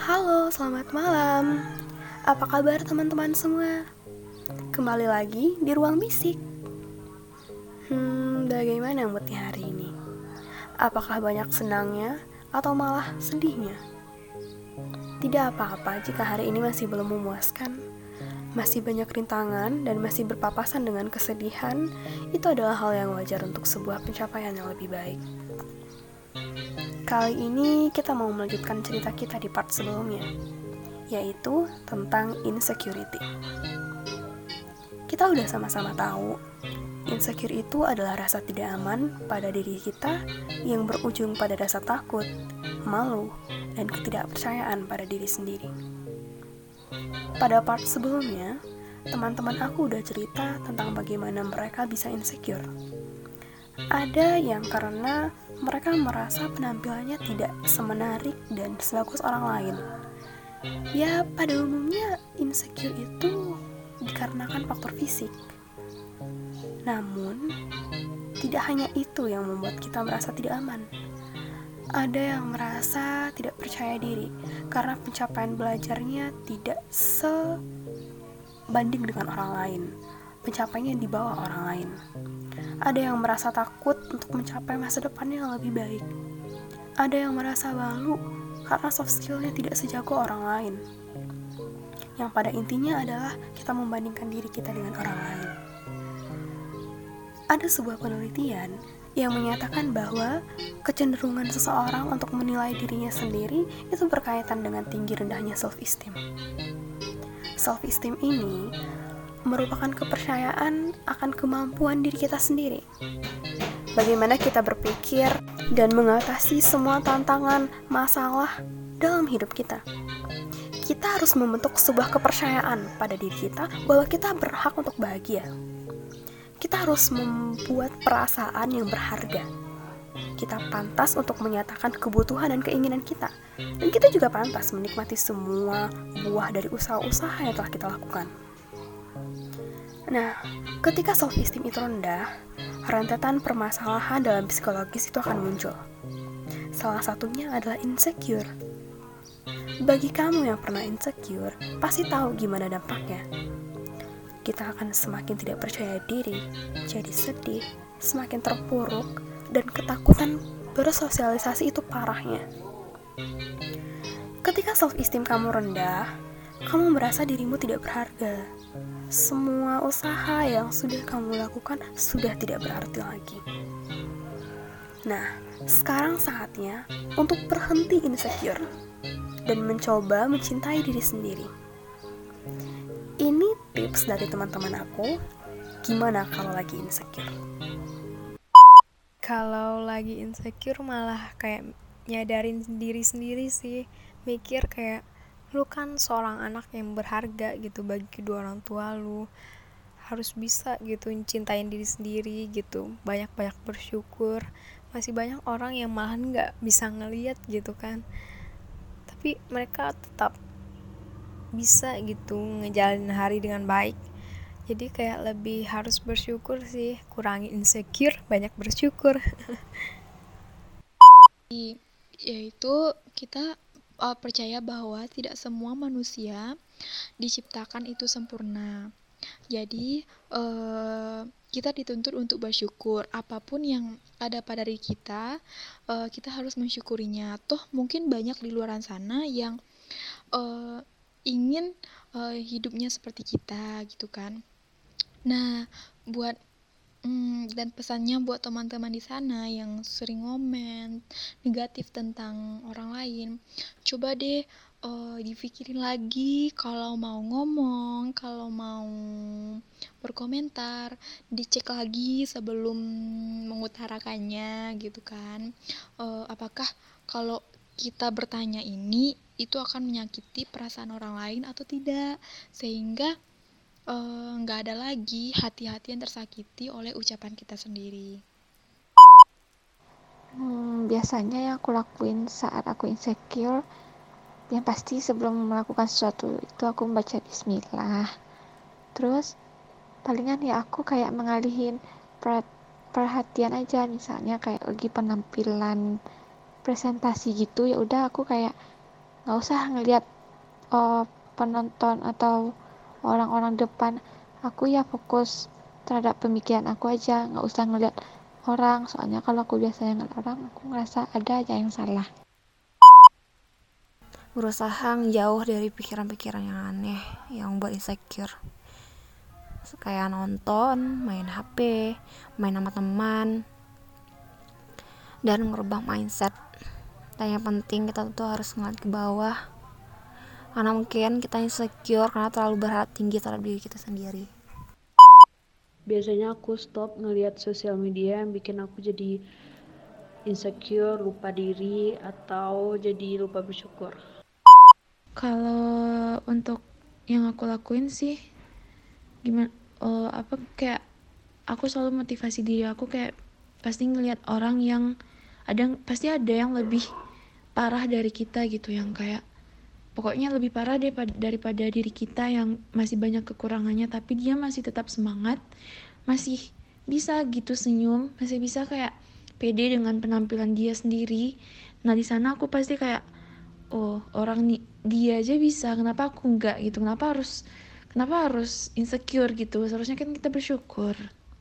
Halo, selamat malam. Apa kabar teman-teman semua? Kembali lagi di ruang bisik. Bagaimana moodnya hari ini? Apakah banyak senangnya atau malah sedihnya? Tidak apa-apa jika hari ini masih belum memuaskan. Masih banyak rintangan dan masih berpapasan dengan kesedihan. Itu adalah hal yang wajar untuk sebuah pencapaian yang lebih baik. Kali ini kita mau melanjutkan cerita kita di part sebelumnya, yaitu tentang insecurity. Kita udah sama-sama tahu, insecure itu adalah rasa tidak aman pada diri kita yang berujung pada rasa takut, malu, dan ketidakpercayaan pada diri sendiri. Pada part sebelumnya, teman-teman aku udah cerita tentang bagaimana mereka bisa insecure. Ada yang karena mereka merasa penampilannya tidak semenarik dan sebagus orang lain. Ya, pada umumnya insecure itu dikarenakan faktor fisik. Namun, tidak hanya itu yang membuat kita merasa tidak aman. Ada yang merasa tidak percaya diri karena pencapaian belajarnya tidak sebanding dengan orang lain. Pencapaiannya di bawah orang lain. Ada yang merasa takut untuk mencapai masa depan yang lebih baik. Ada yang merasa malu karena soft skill-nya tidak sejago orang lain. Yang pada intinya adalah kita membandingkan diri kita dengan orang lain. Ada sebuah penelitian yang menyatakan bahwa kecenderungan seseorang untuk menilai dirinya sendiri itu berkaitan dengan tinggi rendahnya self-esteem. Self-esteem ini merupakan kepercayaan akan kemampuan diri kita sendiri. Bagaimana kita berpikir dan mengatasi semua tantangan, masalah dalam hidup kita. Kita harus membentuk sebuah kepercayaan pada diri kita bahwa kita berhak untuk bahagia. Kita harus membuat perasaan yang berharga. Kita pantas untuk menyatakan kebutuhan dan keinginan kita. Dan kita juga pantas menikmati semua buah dari usaha-usaha yang telah kita lakukan. Nah, ketika self-esteem itu rendah, rentetan permasalahan dalam psikologis itu akan muncul. Salah satunya adalah insecure. Bagi kamu yang pernah insecure, pasti tahu gimana dampaknya. Kita akan semakin tidak percaya diri, jadi sedih, semakin terpuruk, dan ketakutan bersosialisasi itu parahnya. Ketika self-esteem kamu rendah, kamu merasa dirimu tidak berharga. Semua usaha yang sudah kamu lakukan sudah tidak berarti lagi. Nah, sekarang saatnya untuk berhenti insecure dan mencoba mencintai diri sendiri. Ini tips dari teman-teman aku. Gimana kalau lagi insecure? Kalau lagi insecure malah kayak nyadarin diri sendiri sih, mikir kayak lu kan seorang anak yang berharga gitu bagi kedua orang tua lu, harus bisa gitu cintain diri sendiri gitu, banyak-banyak bersyukur. Masih banyak orang yang malah nggak bisa ngeliat gitu kan, tapi mereka tetap bisa gitu ngejalanin hari dengan baik. Jadi kayak lebih harus bersyukur sih, kurangi insecure, banyak bersyukur. Yaitu kita percaya bahwa tidak semua manusia diciptakan itu sempurna. Jadi kita dituntut untuk bersyukur. Apapun yang ada pada diri kita, kita harus mensyukurinya. Toh mungkin banyak di luar sana yang ingin hidupnya seperti kita gitu kan. Nah, buat dan pesannya buat teman-teman di sana yang sering ngomen negatif tentang orang lain, coba deh dipikirin lagi kalau mau ngomong, kalau mau berkomentar, dicek lagi sebelum mengutarakannya gitu kan. Apakah kalau kita bertanya ini itu akan menyakiti perasaan orang lain atau tidak, sehingga nggak ada lagi hati-hati yang tersakiti oleh ucapan kita sendiri. Biasanya yang aku lakuin saat aku insecure, yang pasti sebelum melakukan sesuatu itu aku membaca bismillah. Terus palingan ya aku kayak mengalihin perhatian aja, misalnya kayak lagi penampilan presentasi gitu, ya udah aku kayak nggak usah ngelihat penonton atau orang-orang depan. Aku ya fokus terhadap pemikiran aku aja, nggak usah ngelihat orang. Soalnya kalau aku biasanya ngeliat orang, aku ngerasa ada aja yang salah. Berusaha jauh dari pikiran-pikiran yang aneh yang buat insecure, kayak nonton, main HP, main sama teman, dan merubah mindset. Dan yang penting kita tuh harus ngeliat ke bawah, karena mungkin kita insecure karena terlalu berharap tinggi terhadap diri kita sendiri. Biasanya aku stop ngelihat sosial media yang bikin aku jadi insecure, lupa diri, atau jadi lupa bersyukur. Kalau untuk yang aku lakuin sih gimana, kayak aku selalu motivasi diri aku, kayak pasti ngelihat orang yang pasti ada yang lebih parah dari kita gitu, yang kayak pokoknya lebih parah daripada diri kita yang masih banyak kekurangannya, tapi dia masih tetap semangat, masih bisa gitu senyum, masih bisa kayak pede dengan penampilan dia sendiri. Nah di sana aku pasti kayak, oh orang nih dia aja bisa, kenapa aku enggak gitu, kenapa harus insecure gitu, seharusnya kan kita bersyukur.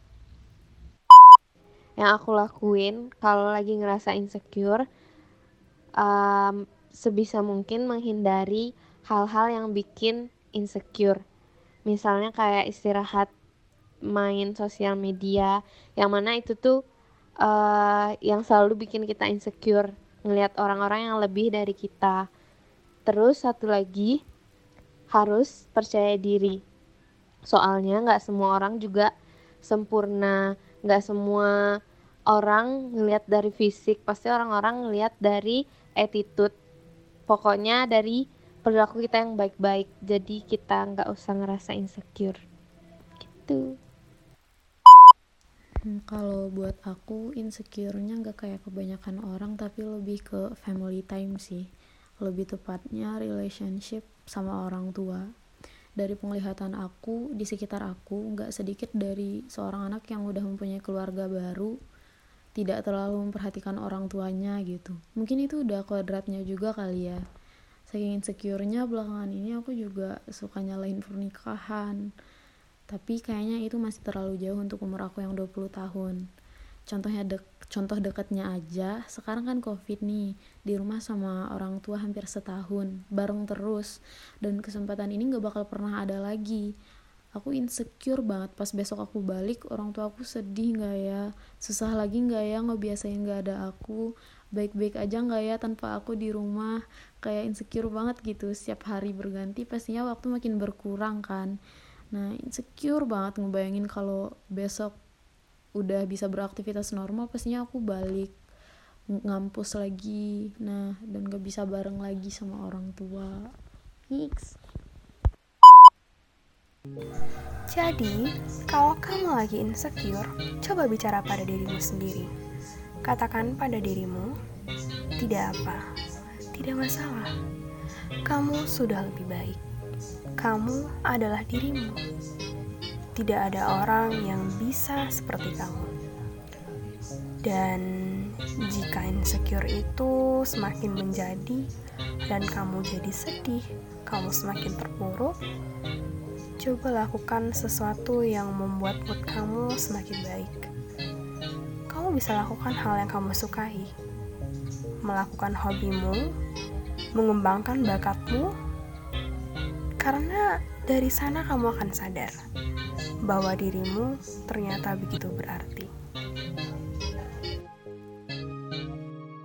Yang aku lakuin kalau lagi ngerasa insecure, sebisa mungkin menghindari hal-hal yang bikin insecure. Misalnya kayak istirahat, main sosial media, yang mana itu tuh yang selalu bikin kita insecure, ngelihat orang-orang yang lebih dari kita. Terus satu lagi, harus percaya diri. Soalnya nggak semua orang juga sempurna, nggak semua orang ngelihat dari fisik, pasti orang-orang ngelihat dari attitude. Pokoknya dari perilaku kita yang baik-baik, jadi kita nggak usah ngerasa insecure gitu. Kalau buat aku insecure-nya nggak kayak kebanyakan orang, tapi lebih ke family time sih, lebih tepatnya relationship sama orang tua. Dari penglihatan aku di sekitar aku, nggak sedikit dari seorang anak yang udah mempunyai keluarga baru tidak terlalu memperhatikan orang tuanya gitu. Mungkin itu udah kodratnya juga kali ya. Saking insecure-nya belakangan ini aku juga suka nyalahin pernikahan, tapi kayaknya itu masih terlalu jauh untuk umur aku yang 20 tahun. Contoh dekatnya aja, sekarang kan COVID nih, di rumah sama orang tua hampir setahun, bareng terus, dan kesempatan ini gak bakal pernah ada lagi. Aku insecure banget pas besok aku balik, orang tua aku sedih gak ya, susah lagi gak ya ngebiasain gak ada aku, baik-baik aja gak ya tanpa aku di rumah. Kayak insecure banget gitu, setiap hari berganti pastinya waktu makin berkurang kan. Nah insecure banget ngebayangin kalau besok udah bisa beraktivitas normal, pastinya aku balik ngampus lagi, nah dan gak bisa bareng lagi sama orang tua. Hiks. Jadi, kalau kamu lagi insecure, coba bicara pada dirimu sendiri. Katakan pada dirimu, tidak apa, tidak masalah. Kamu sudah lebih baik. Kamu adalah dirimu. Tidak ada orang yang bisa seperti kamu. Dan jika insecure itu semakin menjadi dan kamu jadi sedih, kamu semakin terpuruk, coba lakukan sesuatu yang membuat mood kamu semakin baik. Kamu bisa lakukan hal yang kamu sukai, melakukan hobimu, mengembangkan bakatmu, karena dari sana kamu akan sadar bahwa dirimu ternyata begitu berarti.